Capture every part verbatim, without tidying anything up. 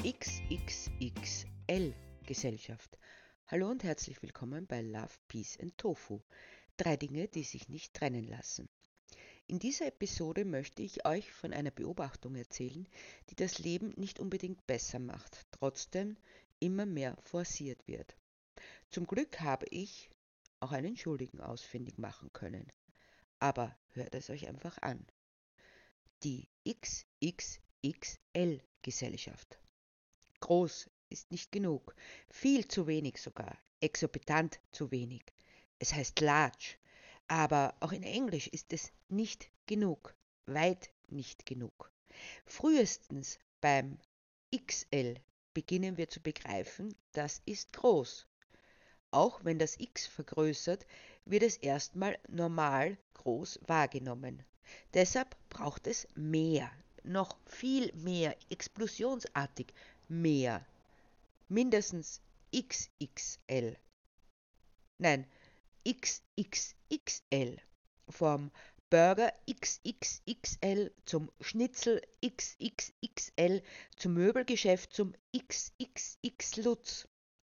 X X X L-Gesellschaft. Hallo und herzlich willkommen bei Love, Peace and Tofu. Drei Dinge, die sich nicht trennen lassen. In dieser Episode möchte ich euch von einer Beobachtung erzählen, die das Leben nicht unbedingt besser macht, trotzdem immer mehr forciert wird. Zum Glück habe ich auch einen Schuldigen ausfindig machen können. Aber hört es euch einfach an. Die X X X L-Gesellschaft. Groß ist nicht genug, viel zu wenig sogar, exorbitant zu wenig. Es heißt large, aber auch in Englisch ist es nicht genug, weit nicht genug. Frühestens beim X L beginnen wir zu begreifen, das ist groß. Auch wenn das X vergrößert, wird es erstmal normal groß wahrgenommen. Deshalb braucht es mehr, noch viel mehr, explosionsartig mehr. Mindestens X X L. Nein, X X X L. Vom Burger X X X L zum Schnitzel X X X L, zum Möbelgeschäft zum X X X Lutz.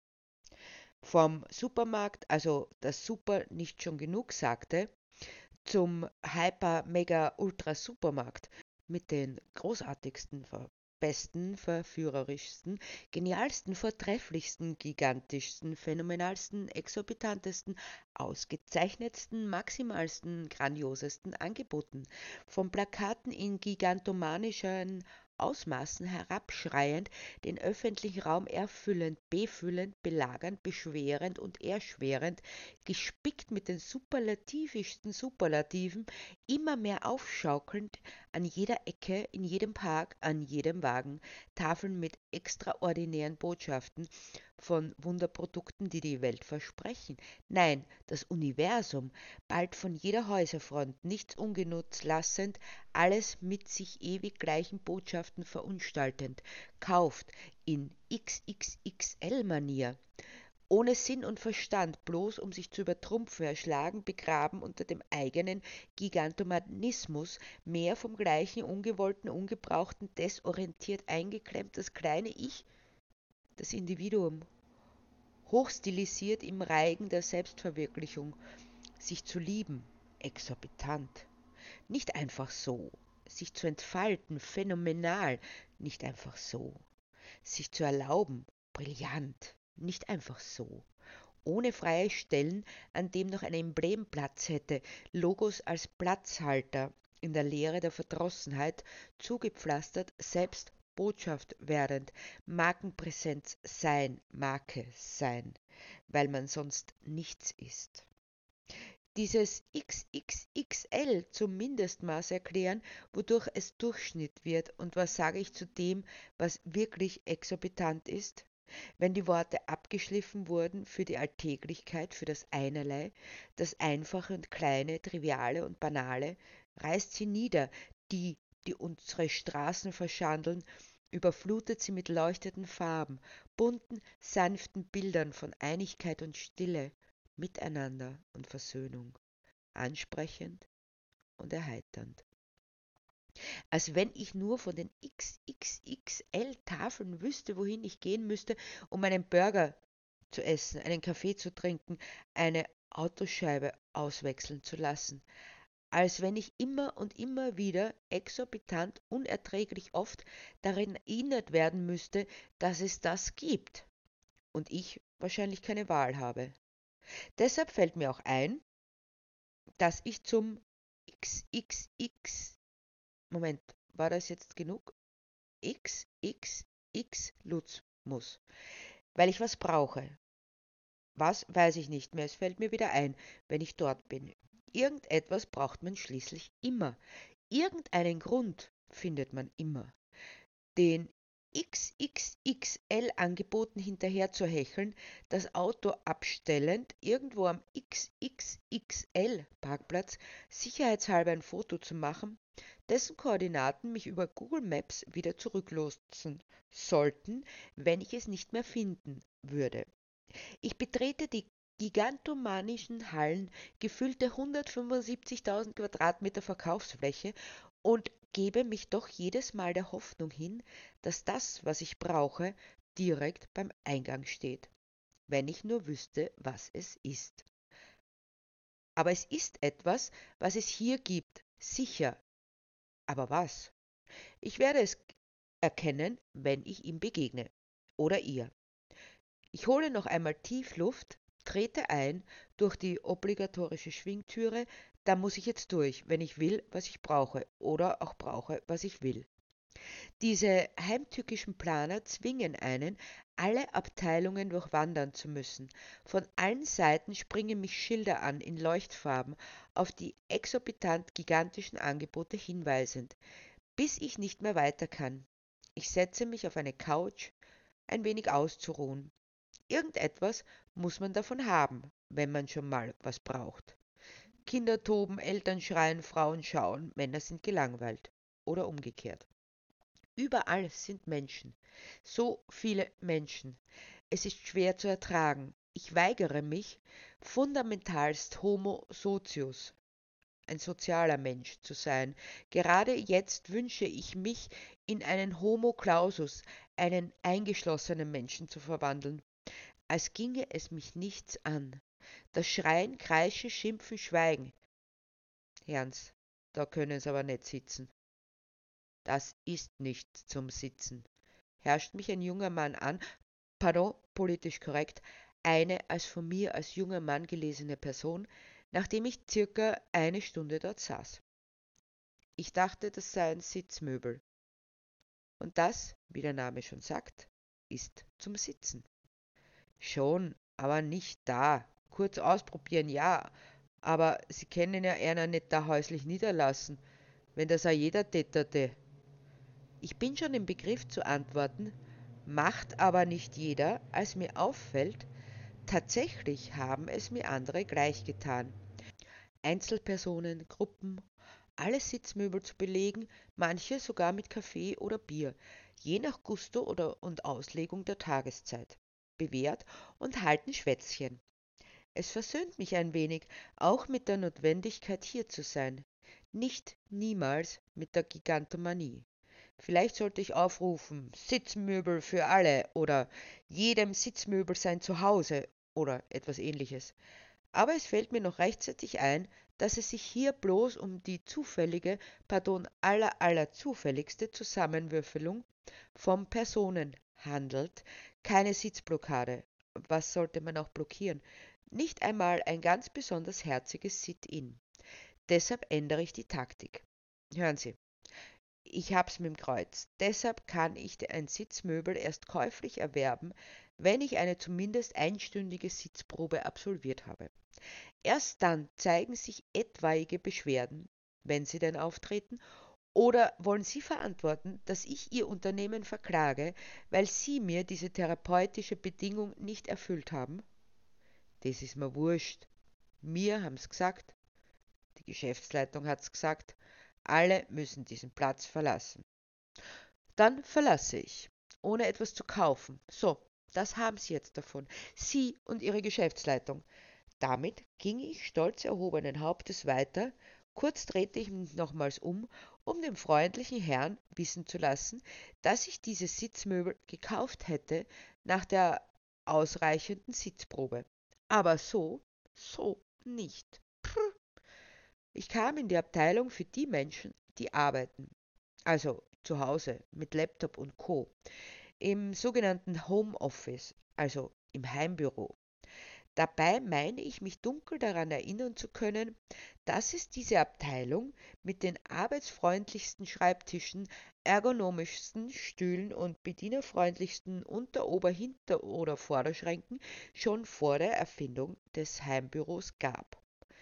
Vom Supermarkt, also das Super nicht schon genug sagte, zum Hyper Mega Ultra Supermarkt mit den großartigsten, besten, verführerischsten, genialsten, vortrefflichsten, gigantischsten, phänomenalsten, exorbitantesten, ausgezeichnetsten, maximalsten, grandiosesten Angeboten, von Plakaten in gigantomanischen Ausmaßen herabschreiend, den öffentlichen Raum erfüllend, befüllend, belagernd, beschwerend und erschwerend, gespickt mit den superlativischsten Superlativen, immer mehr aufschaukelnd, an jeder Ecke, in jedem Park, an jedem Wagen, Tafeln mit extraordinären Botschaften von Wunderprodukten, die die Welt versprechen. Nein, das Universum, bald von jeder Häuserfront, nichts ungenutzt lassend, alles mit sich ewig gleichen Botschaften verunstaltend, kauft in X X X L-Manier, ohne Sinn und Verstand, bloß um sich zu übertrumpfen, erschlagen, begraben unter dem eigenen Gigantomanismus, mehr vom gleichen, ungewollten, ungebrauchten, desorientiert eingeklemmt, das kleine Ich, das Individuum, hochstilisiert im Reigen der Selbstverwirklichung, sich zu lieben, exorbitant, nicht einfach so, sich zu entfalten, phänomenal, nicht einfach so, sich zu erlauben, brillant, nicht einfach so, ohne freie Stellen, an dem noch ein Emblem Platz hätte, Logos als Platzhalter, in der Leere der Verdrossenheit, zugepflastert, selbst Botschaft werdend, Markenpräsenz sein, Marke sein, weil man sonst nichts ist. Dieses X X X L zum Mindestmaß erklären, wodurch es Durchschnitt wird, und was sage ich zu dem, was wirklich exorbitant ist? Wenn die Worte abgeschliffen wurden für die Alltäglichkeit, für das Einerlei, das Einfache und Kleine, Triviale und Banale, reißt sie nieder, die, die unsere Straßen verschandeln, überflutet sie mit leuchtenden Farben, bunten, sanften Bildern von Einigkeit und Stille, Miteinander und Versöhnung, ansprechend und erheiternd. Als wenn ich nur von den X X X L-Tafeln wüsste, wohin ich gehen müsste, um einen Burger zu essen, einen Kaffee zu trinken, eine Autoscheibe auswechseln zu lassen. Als wenn ich immer und immer wieder exorbitant, unerträglich oft darin erinnert werden müsste, dass es das gibt und ich wahrscheinlich keine Wahl habe. Deshalb fällt mir auch ein, dass ich zum X X X, Moment, war das jetzt genug? X X X Lutz muss, weil ich was brauche. Was, weiß ich nicht mehr, es fällt mir wieder ein, wenn ich dort bin. Irgendetwas braucht man schließlich immer. Irgendeinen Grund findet man immer. Den X X X L-Angeboten hinterher zu hecheln, das Auto abstellend, irgendwo am X X X L-Parkplatz sicherheitshalber ein Foto zu machen, dessen Koordinaten mich über Google Maps wieder zurücklotsen sollten, wenn ich es nicht mehr finden würde. Ich betrete die gigantomanischen Hallen, gefüllte hundertfünfundsiebzigtausend Quadratmeter Verkaufsfläche und gebe mich doch jedes Mal der Hoffnung hin, dass das, was ich brauche, direkt beim Eingang steht, wenn ich nur wüsste, was es ist. Aber es ist etwas, was es hier gibt, sicher. Aber was? Ich werde es erkennen, wenn ich ihm begegne. Oder ihr. Ich hole noch einmal tief Luft, trete ein durch die obligatorische Schwingtüre, da muss ich jetzt durch, wenn ich will, was ich brauche, oder auch brauche, was ich will. Diese heimtückischen Planer zwingen einen, alle Abteilungen durchwandern zu müssen. Von allen Seiten springen mich Schilder an in Leuchtfarben, auf die exorbitant gigantischen Angebote hinweisend, bis ich nicht mehr weiter kann. Ich setze mich auf eine Couch, ein wenig auszuruhen. Irgendetwas muss man davon haben, wenn man schon mal was braucht. Kinder toben, Eltern schreien, Frauen schauen, Männer sind gelangweilt. Oder umgekehrt. Überall sind Menschen. So viele Menschen. Es ist schwer zu ertragen. Ich weigere mich, fundamentalst Homo socius, ein sozialer Mensch zu sein. Gerade jetzt wünsche ich mich in einen Homo clausus, einen eingeschlossenen Menschen zu verwandeln, als ginge es mich nichts an. Das Schreien, Kreischen, Schimpfen, Schweigen. Herrns, da können's aber nicht sitzen. Das ist nicht zum Sitzen. Herrscht mich ein junger Mann an, pardon, politisch korrekt, eine als von mir als junger Mann gelesene Person, nachdem ich circa eine Stunde dort saß. Ich dachte, das seien Sitzmöbel. Und das, wie der Name schon sagt, ist zum Sitzen. Schon, aber nicht da. Kurz ausprobieren, ja, aber Sie können ja einer nicht da häuslich niederlassen, wenn das auch jeder täterte. Ich bin schon im Begriff zu antworten, macht aber nicht jeder, als mir auffällt, tatsächlich haben es mir andere gleich getan. Einzelpersonen, Gruppen, alle Sitzmöbel zu belegen, manche sogar mit Kaffee oder Bier, je nach Gusto oder und Auslegung der Tageszeit, bewährt und halten Schwätzchen. Es versöhnt mich ein wenig, auch mit der Notwendigkeit hier zu sein, nicht niemals mit der Gigantomanie. Vielleicht sollte ich aufrufen, Sitzmöbel für alle oder jedem Sitzmöbel sein Zuhause oder etwas ähnliches. Aber es fällt mir noch rechtzeitig ein, dass es sich hier bloß um die zufällige, pardon, aller aller zufälligste Zusammenwürfelung von Personen handelt, keine Sitzblockade. Was sollte man auch blockieren? Nicht einmal ein ganz besonders herziges Sit-in. Deshalb ändere ich die Taktik. Hören Sie, ich hab's mit'm Kreuz. Deshalb kann ich ein Sitzmöbel erst käuflich erwerben, wenn ich eine zumindest einstündige Sitzprobe absolviert habe. Erst dann zeigen sich etwaige Beschwerden, wenn sie denn auftreten, oder wollen Sie verantworten, dass ich Ihr Unternehmen verklage, weil Sie mir diese therapeutische Bedingung nicht erfüllt haben? Das ist mir wurscht. Mir haben's gesagt, die Geschäftsleitung hat's gesagt, alle müssen diesen Platz verlassen. Dann verlasse ich, ohne etwas zu kaufen. So, das haben Sie jetzt davon. Sie und Ihre Geschäftsleitung. Damit ging ich stolz erhobenen Hauptes weiter, kurz drehte ich mich nochmals um, um dem freundlichen Herrn wissen zu lassen, dass ich diese Sitzmöbel gekauft hätte nach der ausreichenden Sitzprobe. Aber so, so nicht. Prr. Ich kam in die Abteilung für die Menschen, die arbeiten, also zu Hause mit Laptop und Co. Im sogenannten Homeoffice, also im Heimbüro. Dabei meine ich mich dunkel daran erinnern zu können, dass es diese Abteilung mit den arbeitsfreundlichsten Schreibtischen, ergonomischsten Stühlen und bedienerfreundlichsten Unter-, Ober-, Hinter- oder Vorderschränken schon vor der Erfindung des Heimbüros gab.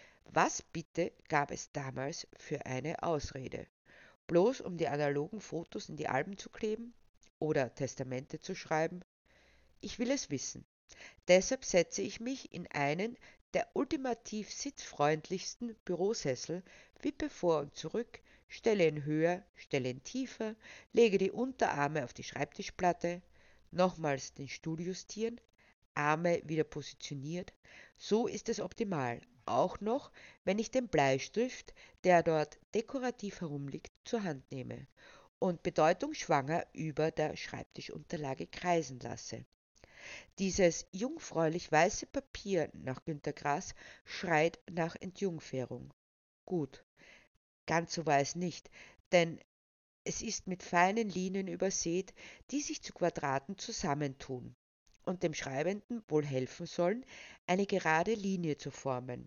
Was bitte gab es damals für eine Ausrede? Bloß um die analogen Fotos in die Alben zu kleben? Oder Testamente zu schreiben? Ich will es wissen. Deshalb setze ich mich in einen der ultimativ sitzfreundlichsten Bürosessel, wippe vor und zurück, stelle ihn höher, stelle ihn tiefer, lege die Unterarme auf die Schreibtischplatte, nochmals den Stuhl justieren, Arme wieder positioniert, So ist es optimal, auch noch, wenn ich den Bleistift, der dort dekorativ herumliegt, zur Hand nehme und bedeutungsschwanger über der Schreibtischunterlage kreisen lasse. Dieses jungfräulich weiße Papier nach Günter Grass schreit nach Entjungferung. Gut, ganz so weiß nicht, denn es ist mit feinen Linien übersät, die sich zu Quadraten zusammentun und dem Schreibenden wohl helfen sollen, eine gerade Linie zu formen.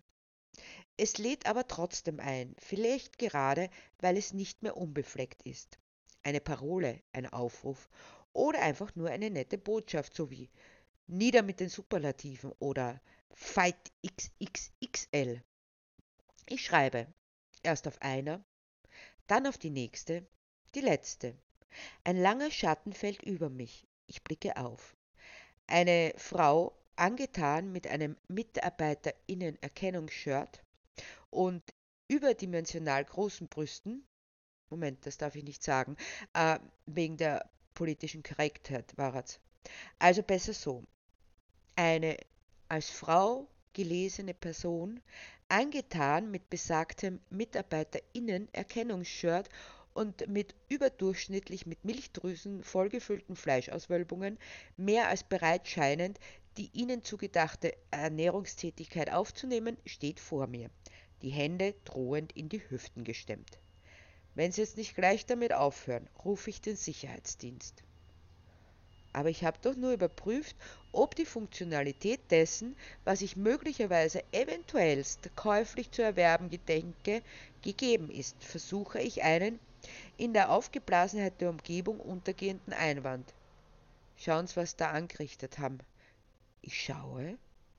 Es lädt aber trotzdem ein, vielleicht gerade, weil es nicht mehr unbefleckt ist. Eine Parole, ein Aufruf oder einfach nur eine nette Botschaft, so wie Nieder mit den Superlativen oder Fight X X X L. Ich schreibe erst auf einer, dann auf die nächste, die letzte. Ein langer Schatten fällt über mich. Ich blicke auf. Eine Frau, angetan mit einem Mitarbeiterinnen-Erkennungsshirt und überdimensional großen Brüsten. Moment, das darf ich nicht sagen. Äh, wegen der politischen Korrektheit war es. Also besser so. Eine als Frau gelesene Person, angetan mit besagtem Mitarbeiterinnen-Erkennungsshirt und mit überdurchschnittlich mit Milchdrüsen vollgefüllten Fleischauswölbungen, mehr als bereit scheinend, die ihnen zugedachte Ernährungstätigkeit aufzunehmen, steht vor mir, die Hände drohend in die Hüften gestemmt. Wenn Sie jetzt nicht gleich damit aufhören, rufe ich den Sicherheitsdienst. Aber ich habe doch nur überprüft, ob die Funktionalität dessen, was ich möglicherweise eventuellst käuflich zu erwerben gedenke, gegeben ist, versuche ich einen in der Aufgeblasenheit der Umgebung untergehenden Einwand. Schauen Sie, was Sie da angerichtet haben. Ich schaue,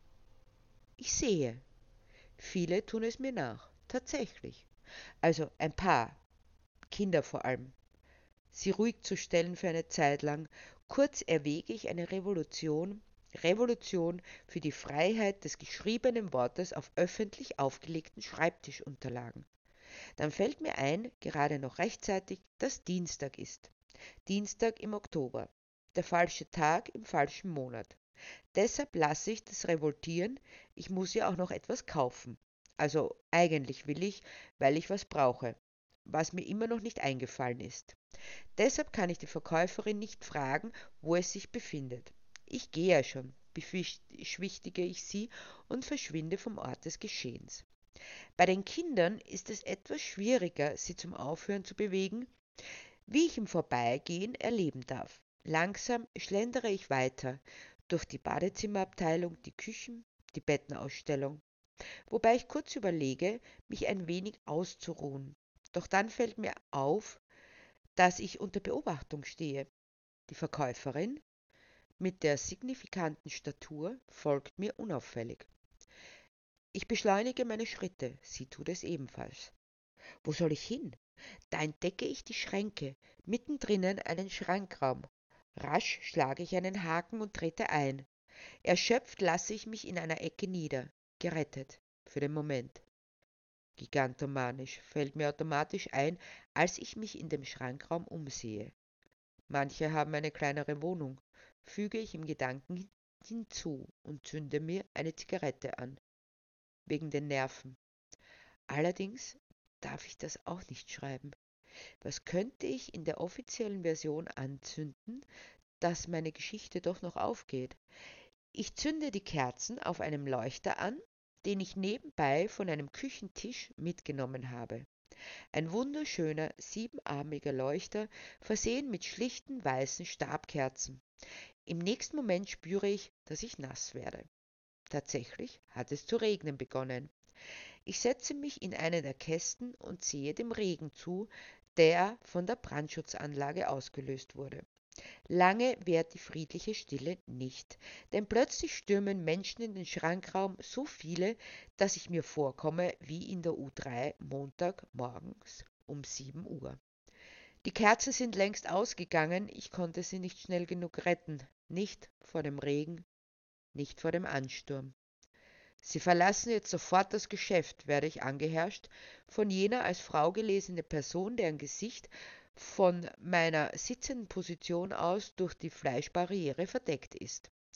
ich sehe. Viele tun es mir nach, tatsächlich. Also ein paar, Kinder vor allem. Sie ruhig zu stellen für eine Zeit lang. Kurz erwäge ich eine Revolution, Revolution für die Freiheit des geschriebenen Wortes auf öffentlich aufgelegten Schreibtischunterlagen. Dann fällt mir ein, gerade noch rechtzeitig, dass Dienstag ist. Dienstag im Oktober. Der falsche Tag im falschen Monat. Deshalb lasse ich das revoltieren, ich muss ja auch noch etwas kaufen. Also eigentlich will ich, weil ich was brauche, was mir immer noch nicht eingefallen ist. Deshalb kann ich die Verkäuferin nicht fragen, wo es sich befindet. Ich gehe ja schon, beschwichtige ich sie und verschwinde vom Ort des Geschehens. Bei den Kindern ist es etwas schwieriger, sie zum Aufhören zu bewegen, wie ich im Vorbeigehen erleben darf. Langsam schlendere ich weiter durch die Badezimmerabteilung, die Küchen, die Bettenausstellung, wobei ich kurz überlege, mich ein wenig auszuruhen. Doch dann fällt mir auf, dass ich unter Beobachtung stehe. Die Verkäuferin mit der signifikanten Statur folgt mir unauffällig. Ich beschleunige meine Schritte, sie tut es ebenfalls. Wo soll ich hin? Da entdecke ich die Schränke, mittendrinnen einen Schrankraum. Rasch schlage ich einen Haken und trete ein. Erschöpft lasse ich mich in einer Ecke nieder, gerettet, für den Moment. Gigantomanisch fällt mir automatisch ein, als ich mich in dem Schrankraum umsehe. Manche haben eine kleinere Wohnung, füge ich im Gedanken hinzu und zünde mir eine Zigarette an, wegen den Nerven. Allerdings darf ich das auch nicht schreiben. Was könnte ich in der offiziellen Version anzünden, dass meine Geschichte doch noch aufgeht? Ich zünde die Kerzen auf einem Leuchter an, den ich nebenbei von einem Küchentisch mitgenommen habe. Ein wunderschöner, siebenarmiger Leuchter, versehen mit schlichten weißen Stabkerzen. Im nächsten Moment spüre ich, dass ich nass werde. Tatsächlich hat es zu regnen begonnen. Ich setze mich in einen der Kästen und sehe dem Regen zu, der von der Brandschutzanlage ausgelöst wurde. Lange währt die friedliche Stille nicht, denn plötzlich stürmen Menschen in den Schrankraum, so viele, dass ich mir vorkomme wie in der U drei Montag morgens um sieben Uhr. Die Kerzen sind längst ausgegangen, ich konnte sie nicht schnell genug retten, nicht vor dem Regen, nicht vor dem Ansturm. Sie verlassen jetzt sofort das Geschäft, werde ich angeherrscht, von jener als Frau gelesene Person, deren Gesicht von meiner sitzenden Position aus durch die Fleischbarriere verdeckt ist.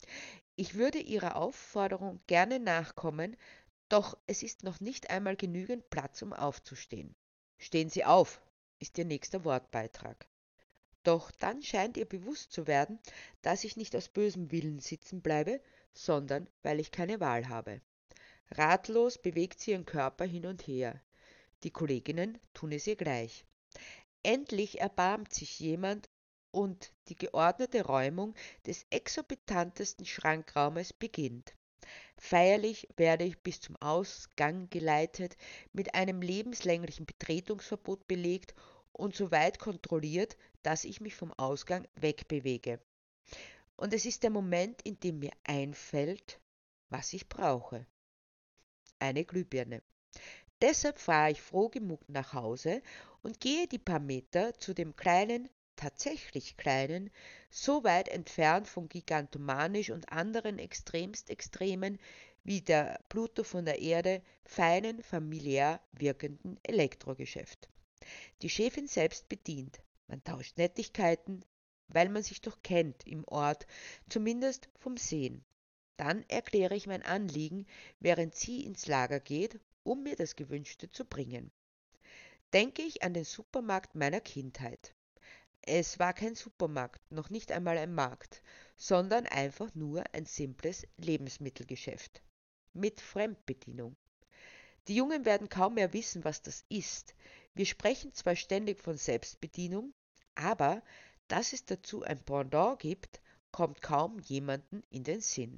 Ich würde Ihrer Aufforderung gerne nachkommen, doch es ist noch nicht einmal genügend Platz, um aufzustehen. Stehen Sie auf, ist Ihr nächster Wortbeitrag. Doch dann scheint ihr bewusst zu werden, dass ich nicht aus bösem Willen sitzen bleibe, sondern weil ich keine Wahl habe. Ratlos bewegt sie ihren Körper hin und her. Die Kolleginnen tun es ihr gleich. Endlich erbarmt sich jemand und die geordnete Räumung des exorbitantesten Schrankraumes beginnt. Feierlich werde ich bis zum Ausgang geleitet, mit einem lebenslänglichen Betretungsverbot belegt und so weit kontrolliert, dass ich mich vom Ausgang wegbewege. Und es ist der Moment, in dem mir einfällt, was ich brauche. Eine Glühbirne. Deshalb fahre ich frohgemut nach Hause und gehe die paar Meter zu dem kleinen, tatsächlich kleinen, so weit entfernt von gigantomanisch und anderen extremst extremen wie der Pluto von der Erde, feinen, familiär wirkenden Elektrogeschäft. Die Chefin selbst bedient. Man tauscht Nettigkeiten, weil man sich doch kennt im Ort, zumindest vom Sehen. Dann erkläre ich mein Anliegen, während sie ins Lager geht, um mir das Gewünschte zu bringen. Denke ich an den Supermarkt meiner Kindheit. Es war kein Supermarkt, noch nicht einmal ein Markt, sondern einfach nur ein simples Lebensmittelgeschäft. Mit Fremdbedienung. Die Jungen werden kaum mehr wissen, was das ist. Wir sprechen zwar ständig von Selbstbedienung, aber dass es dazu ein Pendant gibt, kommt kaum jemanden in den Sinn.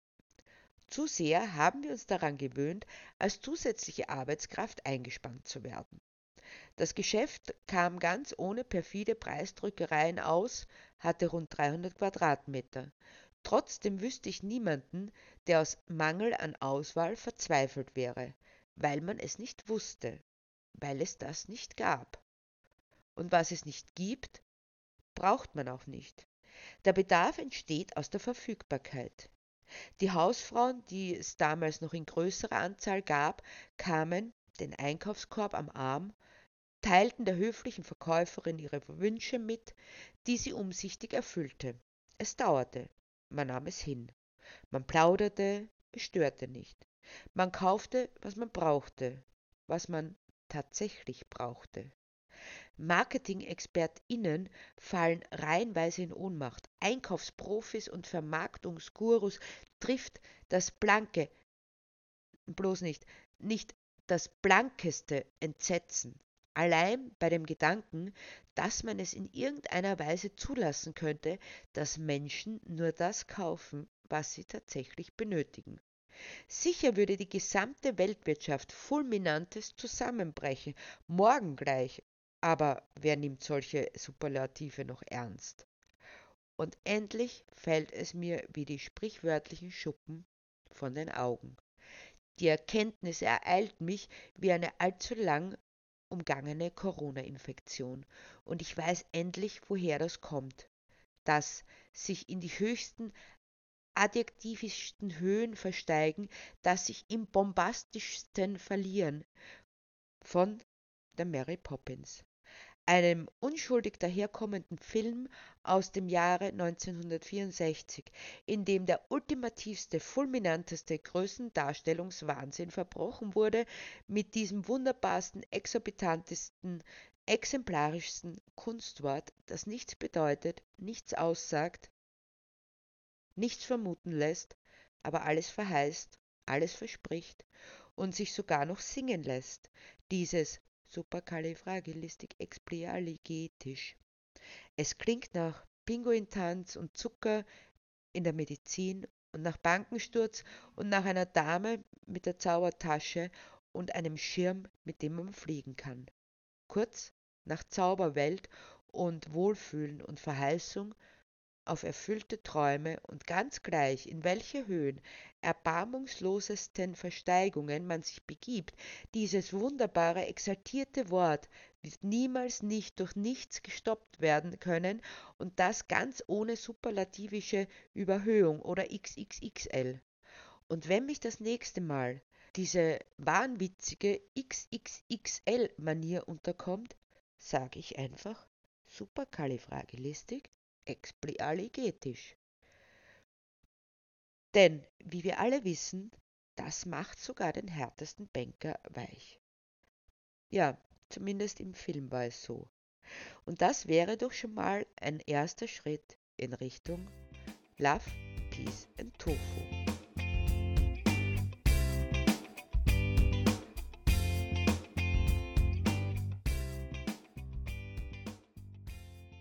Zu sehr haben wir uns daran gewöhnt, als zusätzliche Arbeitskraft eingespannt zu werden. Das Geschäft kam ganz ohne perfide Preisdrückereien aus, hatte rund dreihundert Quadratmeter. Trotzdem wüsste ich niemanden, der aus Mangel an Auswahl verzweifelt wäre, weil man es nicht wusste, weil es das nicht gab. Und was es nicht gibt, braucht man auch nicht. Der Bedarf entsteht aus der Verfügbarkeit. Die Hausfrauen, die es damals noch in größerer Anzahl gab, kamen, den Einkaufskorb am Arm, teilten der höflichen Verkäuferin ihre Wünsche mit, die sie umsichtig erfüllte. Es dauerte, man nahm es hin. Man plauderte, es störte nicht. Man kaufte, was man brauchte, was man tatsächlich brauchte. Marketing-ExpertInnen fallen reihenweise in Ohnmacht. Einkaufsprofis und Vermarktungsgurus trifft das blanke, bloß nicht, nicht das blankeste Entsetzen. Allein bei dem Gedanken, dass man es in irgendeiner Weise zulassen könnte, dass Menschen nur das kaufen, was sie tatsächlich benötigen. Sicher würde die gesamte Weltwirtschaft fulminantes zusammenbrechen, morgen gleich, aber wer nimmt solche Superlative noch ernst? Und endlich fällt es mir wie die sprichwörtlichen Schuppen von den Augen. Die Erkenntnis ereilt mich wie eine allzu lang umgangene Corona-Infektion, und ich weiß endlich, woher das kommt. Das sich in die höchsten adjektivischsten Höhen versteigen, das sich im bombastischsten verlieren, von der Mary Poppins, einem unschuldig daherkommenden Film aus dem Jahre neunzehnhundertvierundsechzig, in dem der ultimativste, fulminanteste Größendarstellungswahnsinn verbrochen wurde, mit diesem wunderbarsten, exorbitantesten, exemplarischsten Kunstwort, das nichts bedeutet, nichts aussagt, nichts vermuten lässt, aber alles verheißt, alles verspricht und sich sogar noch singen lässt, dieses Superkalifragilistikexpialigetisch. Es klingt nach Pinguintanz und Zucker in der Medizin und nach Bankensturz und nach einer Dame mit der Zaubertasche und einem Schirm, mit dem man fliegen kann. Kurz nach Zauberwelt und Wohlfühlen und Verheißung auf erfüllte Träume, und ganz gleich, in welche Höhen, erbarmungslosesten Versteigungen man sich begibt, dieses wunderbare, exaltierte Wort wird niemals nicht durch nichts gestoppt werden können, und das ganz ohne superlativische Überhöhung oder X X X L. Und wenn mich das nächste Mal diese wahnwitzige X X X L-Manier unterkommt, sage ich einfach Superkalifragilistik explialigetisch. Denn, wie wir alle wissen, das macht sogar den härtesten Banker weich. Ja, zumindest im Film war es so. Und das wäre doch schon mal ein erster Schritt in Richtung Love, Peace and Tofu.